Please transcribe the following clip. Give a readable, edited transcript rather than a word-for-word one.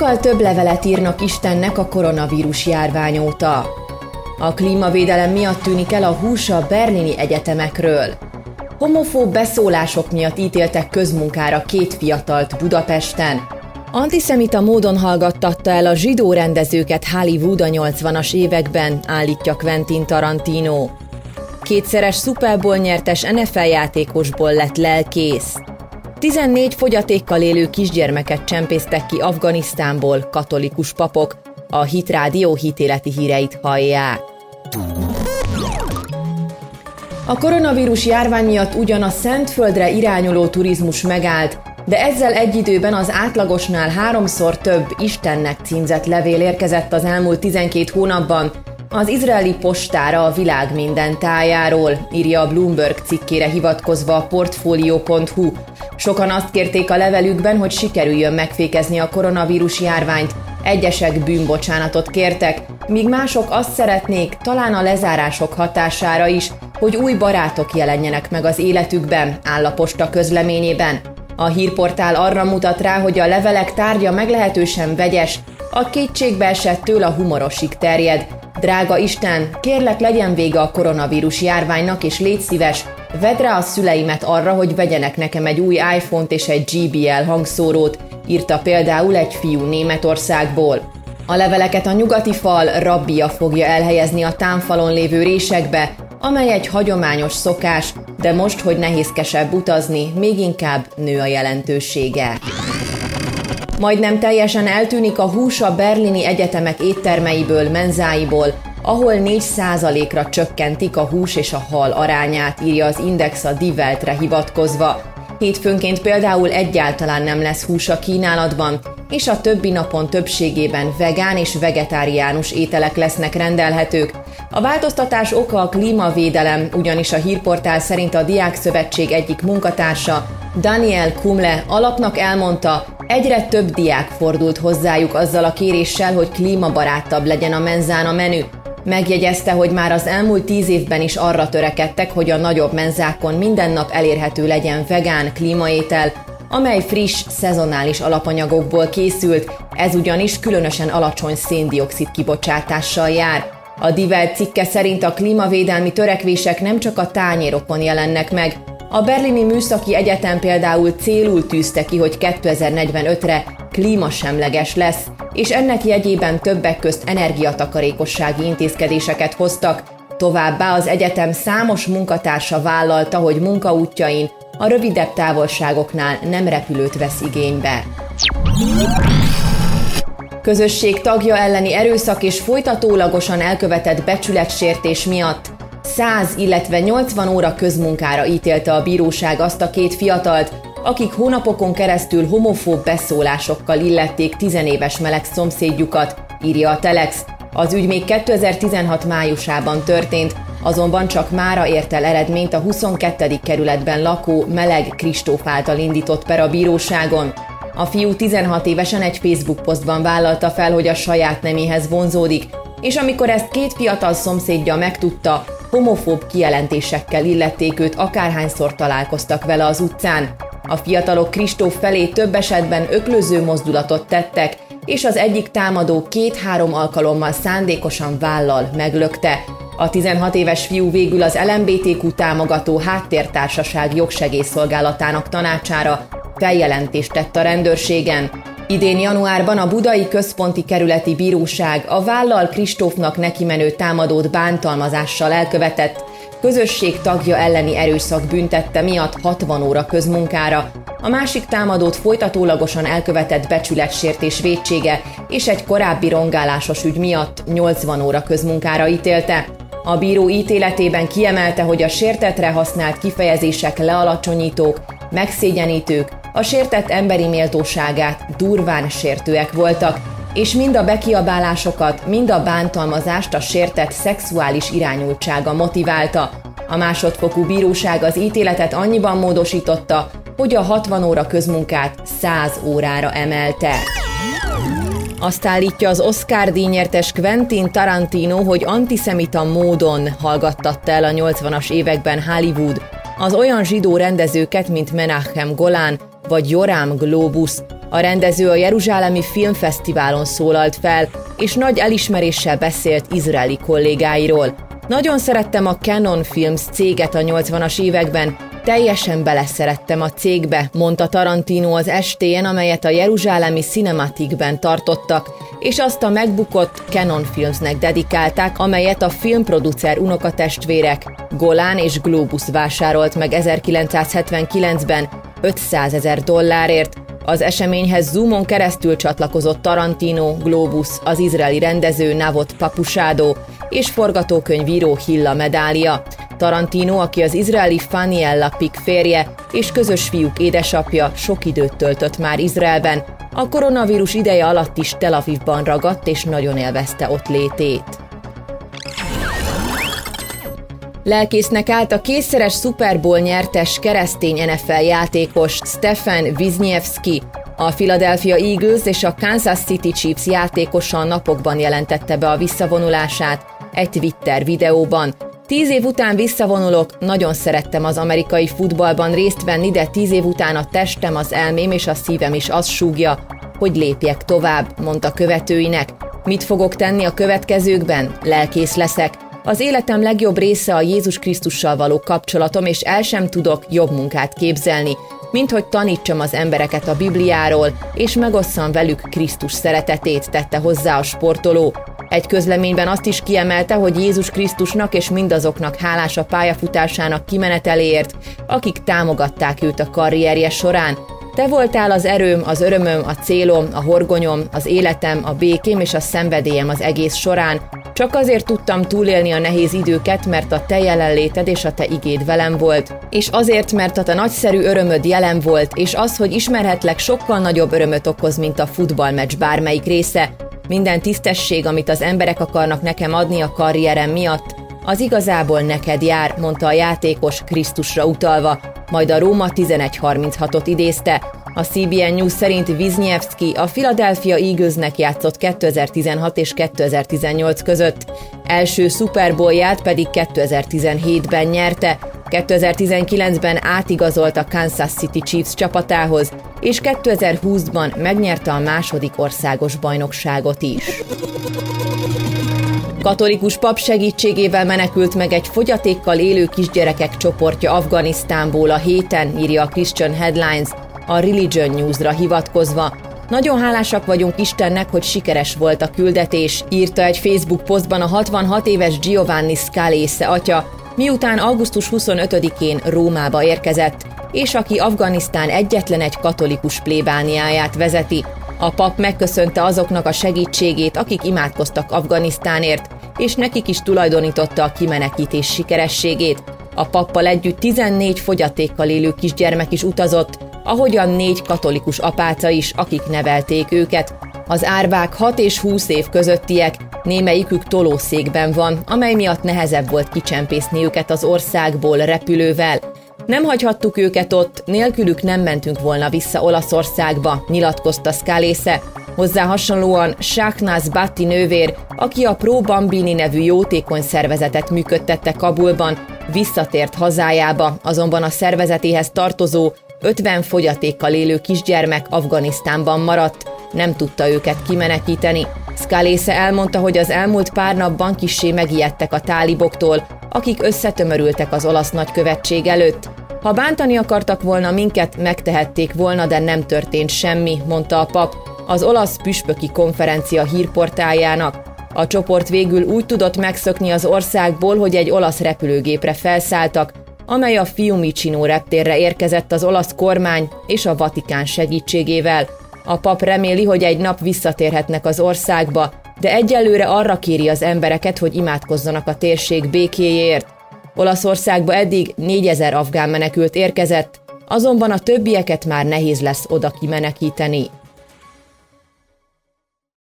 Sokkal több levelet írnak Istennek a koronavírus járvány óta. A klímavédelem miatt tűnik el a hús a berlini egyetemekről. Homofób beszólások miatt ítéltek közmunkára 2 fiatalt Budapesten. Antiszemita módon hallgattatta el a zsidó rendezőket Hollywood a 80-as években, állítja Quentin Tarantino. 2-szeres Super Bowl nyertes NFL játékosból lett lelkész. 14 fogyatékkal élő kisgyermeket csempésztek ki Afganisztánból katolikus papok. A Hit Rádió hitéleti híreit hallják. A koronavírus járvány miatt ugyan a Szentföldre irányuló turizmus megállt, de ezzel egy időben az átlagosnál 3-szor több Istennek címzett levél érkezett az elmúlt 12 hónapban az izraeli postára a világ minden tájáról, írja a Bloomberg cikkére hivatkozva a Portfolio.hu. Sokan azt kérték a levelükben, hogy sikerüljön megfékezni a koronavírus járványt, egyesek bűnbocsánatot kértek, míg mások azt szeretnék, talán a lezárások hatására is, hogy új barátok jelenjenek meg az életükben, áll a posta közleményében. A hírportál arra mutat rá, hogy a levelek tárgya meglehetősen vegyes, a kétségbeesettől a humorosig terjed. Drága Isten, kérlek, legyen vége a koronavírus járványnak, és légy szíves, vedd rá a szüleimet arra, hogy vegyenek nekem egy új iPhone-t és egy JBL hangszórót, írta például egy fiú Németországból. A leveleket a nyugati fal rabbija fogja elhelyezni a támfalon lévő résekbe, amely egy hagyományos szokás, de most, hogy nehézkesebb utazni, még inkább nő a jelentősége. Majdnem teljesen eltűnik a hús a berlini egyetemek éttermeiből, menzáiból, ahol 4%-ra csökkentik a hús és a hal arányát, írja az Index a Die Weltre hivatkozva. Hétfőnként például egyáltalán nem lesz hús a kínálatban, és a többi napon többségében vegán és vegetáriánus ételek lesznek rendelhetők. A változtatás oka a klímavédelem, ugyanis a hírportál szerint a Diákszövetség egyik munkatársa, Daniel Kumle alapnak elmondta, egyre több diák fordult hozzájuk azzal a kéréssel, hogy klímabarátabb legyen a menzán a menü. Megjegyezte, hogy már az elmúlt 10 évben is arra törekedtek, hogy a nagyobb menzákon minden nap elérhető legyen vegán klímaétel, amely friss, szezonális alapanyagokból készült, ez ugyanis különösen alacsony szén-dioxid kibocsátással jár. A Die Welt cikke szerint a klímavédelmi törekvések nem csak a tányérokon jelennek meg. A Berlini Műszaki Egyetem például célul tűzte ki, hogy 2045-re klímasemleges lesz, és ennek jegyében többek közt energiatakarékossági intézkedéseket hoztak. Továbbá az egyetem számos munkatársa vállalta, hogy munkaútjain a rövidebb távolságoknál nem repülőt vesz igénybe. Közösség tagja elleni erőszak és folytatólagosan elkövetett becsületsértés miatt 100, illetve 80 óra közmunkára ítélte a bíróság azt a 2 fiatalt, akik hónapokon keresztül homofób beszólásokkal illették 10 éves meleg szomszédjukat, írja a Telex. Az ügy még 2016 májusában történt, azonban csak mára ért el eredményt a 22. kerületben lakó Meleg Kristóf által indított per a bíróságon. A fiú 16 évesen egy Facebook posztban vállalta fel, hogy a saját neméhez vonzódik, és amikor ezt 2 fiatal szomszédja megtudta, homofób kijelentésekkel illették őt, akárhányszor találkoztak vele az utcán. A fiatalok Kristóf felé több esetben öklöző mozdulatot tettek, és az egyik támadó 2-3 alkalommal szándékosan vállal meglökte. A 16 éves fiú végül az LMBTQ támogató háttértársaság jogsegélyszolgálatának tanácsára feljelentést tett a rendőrségen. Idén januárban a Budai Központi Kerületi Bíróság a vállal Kristófnak nekimenő támadót bántalmazással elkövetett, közösség tagja elleni erőszak büntette miatt 60 óra közmunkára, a másik támadót folytatólagosan elkövetett becsületsértés vétsége és egy korábbi rongálásos ügy miatt 80 óra közmunkára ítélte. A bíró ítéletében kiemelte, hogy a sértettre használt kifejezések lealacsonyítók, megszégyenítők, a sértett emberi méltóságát durván sértőek voltak, és mind a bekiabálásokat, mind a bántalmazást a sértett szexuális irányultsága motiválta. A másodfokú bíróság az ítéletet annyiban módosította, hogy a 60 óra közmunkát 100 órára emelte. Azt állítja az Oscar-díj nyertes Quentin Tarantino, hogy antiszemita módon hallgattatta el a 80-as években Hollywood az olyan zsidó rendezőket, mint Menachem Golan vagy Yoram Globus. A rendező a Jeruzsálemi Filmfesztiválon szólalt fel, és nagy elismeréssel beszélt izraeli kollégáiról. Nagyon szerettem a Canon Films céget a 80-as években, teljesen beleszerettem a cégbe, mondta Tarantino az estén, amelyet a jeruzsálemi Cinematicben tartottak, és azt a megbukott Canon Filmsnek dedikálták, amelyet a filmproducer unokatestvérek Golan és Globus vásárolt meg 1979-ben $500,000. Az eseményhez Zoomon keresztül csatlakozott Tarantino, Globus, az izraeli rendező Navot Papusádó és forgatókönyvíró Hilla Medália. Tarantino, aki az izraeli Faniella Pick férje és közös fiúk édesapja, sok időt töltött már Izraelben, a koronavírus ideje alatt is Tel Avivban ragadt és nagyon élvezte ott létét. Lelkésznek állt a kétszeres Super Bowl nyertes keresztény NFL játékos Stefan Wisniewski. A Philadelphia Eagles és a Kansas City Chiefs játékosa a napokban jelentette be a visszavonulását egy Twitter videóban. 10 év után visszavonulok, nagyon szerettem az amerikai futballban részt venni, de 10 év után a testem, az elmém és a szívem is azt súgja, hogy lépjek tovább, mondta követőinek. Mit fogok tenni a következőkben? Lelkész leszek. Az életem legjobb része a Jézus Krisztussal való kapcsolatom, és el sem tudok jobb munkát képzelni, mint hogy tanítsam az embereket a Bibliáról, és megosszam velük Krisztus szeretetét, tette hozzá a sportoló. Egy közleményben azt is kiemelte, hogy Jézus Krisztusnak és mindazoknak hálás a pályafutásának kimeneteléért, akik támogatták őt a karrierje során. Te voltál az erőm, az örömöm, a célom, a horgonyom, az életem, a békém és a szenvedélyem az egész során. Csak azért tudtam túlélni a nehéz időket, mert a te jelenléted és a te igéd velem volt. És azért, mert a te nagyszerű örömöd jelen volt, és az, hogy ismerhetlek, sokkal nagyobb örömöt okoz, mint a futballmeccs bármelyik része. Minden tisztesség, amit az emberek akarnak nekem adni a karrierem miatt, az igazából neked jár, mondta a játékos Krisztusra utalva, majd a Róma 11:36-ot idézte. A CBN News szerint Wisniewski a Philadelphia Eaglesnek játszott 2016 és 2018 között. Első Super Bowl-ját pedig 2017-ben nyerte, 2019-ben átigazolt a Kansas City Chiefs csapatához, és 2020-ban megnyerte a második országos bajnokságot is. Katolikus pap segítségével menekült meg egy fogyatékkal élő kisgyerekek csoportja Afganisztánból a héten, írja a Christian Headlines, a Religion News-ra hivatkozva. Nagyon hálásak vagyunk Istennek, hogy sikeres volt a küldetés, írta egy Facebook posztban a 66 éves Giovanni Scalese atya, miután augusztus 25-én Rómába érkezett, és aki Afganisztán egyetlen egy katolikus plébániáját vezeti. A pap megköszönte azoknak a segítségét, akik imádkoztak Afganisztánért, és nekik is tulajdonította a kimenekítés sikerességét. A pappal együtt 14 fogyatékkal élő kisgyermek is utazott, ahogyan 4 katolikus apáca is, akik nevelték őket. Az árvák 6 és 20 év közöttiek, némelyikük tolószékben van, amely miatt nehezebb volt kicsempészni őket az országból repülővel. Nem hagyhattuk őket ott, nélkülük nem mentünk volna vissza Olaszországba, nyilatkozta Scalese. Hozzá hasonlóan Shahnaz Bhatti nővér, aki a Pro Bambini nevű jótékony szervezetet működtette Kabulban, visszatért hazájába, azonban a szervezetéhez tartozó 50 fogyatékkal élő kisgyermek Afganisztánban maradt, nem tudta őket kimenekíteni. Scalese elmondta, hogy az elmúlt pár napban kissé megijedtek a táliboktól, akik összetömörültek az olasz nagykövetség előtt. Ha bántani akartak volna minket, megtehették volna, de nem történt semmi, mondta a pap az olasz püspöki konferencia hírportáljának. A csoport végül úgy tudott megszökni az országból, hogy egy olasz repülőgépre felszálltak, amely a Fiumicino reptérre érkezett az olasz kormány és a Vatikán segítségével. A pap reméli, hogy egy nap visszatérhetnek az országba, de egyelőre arra kéri az embereket, hogy imádkozzanak a térség békéjéért. Olaszországba eddig 4000 afgán menekült érkezett, azonban a többieket már nehéz lesz oda kimenekíteni.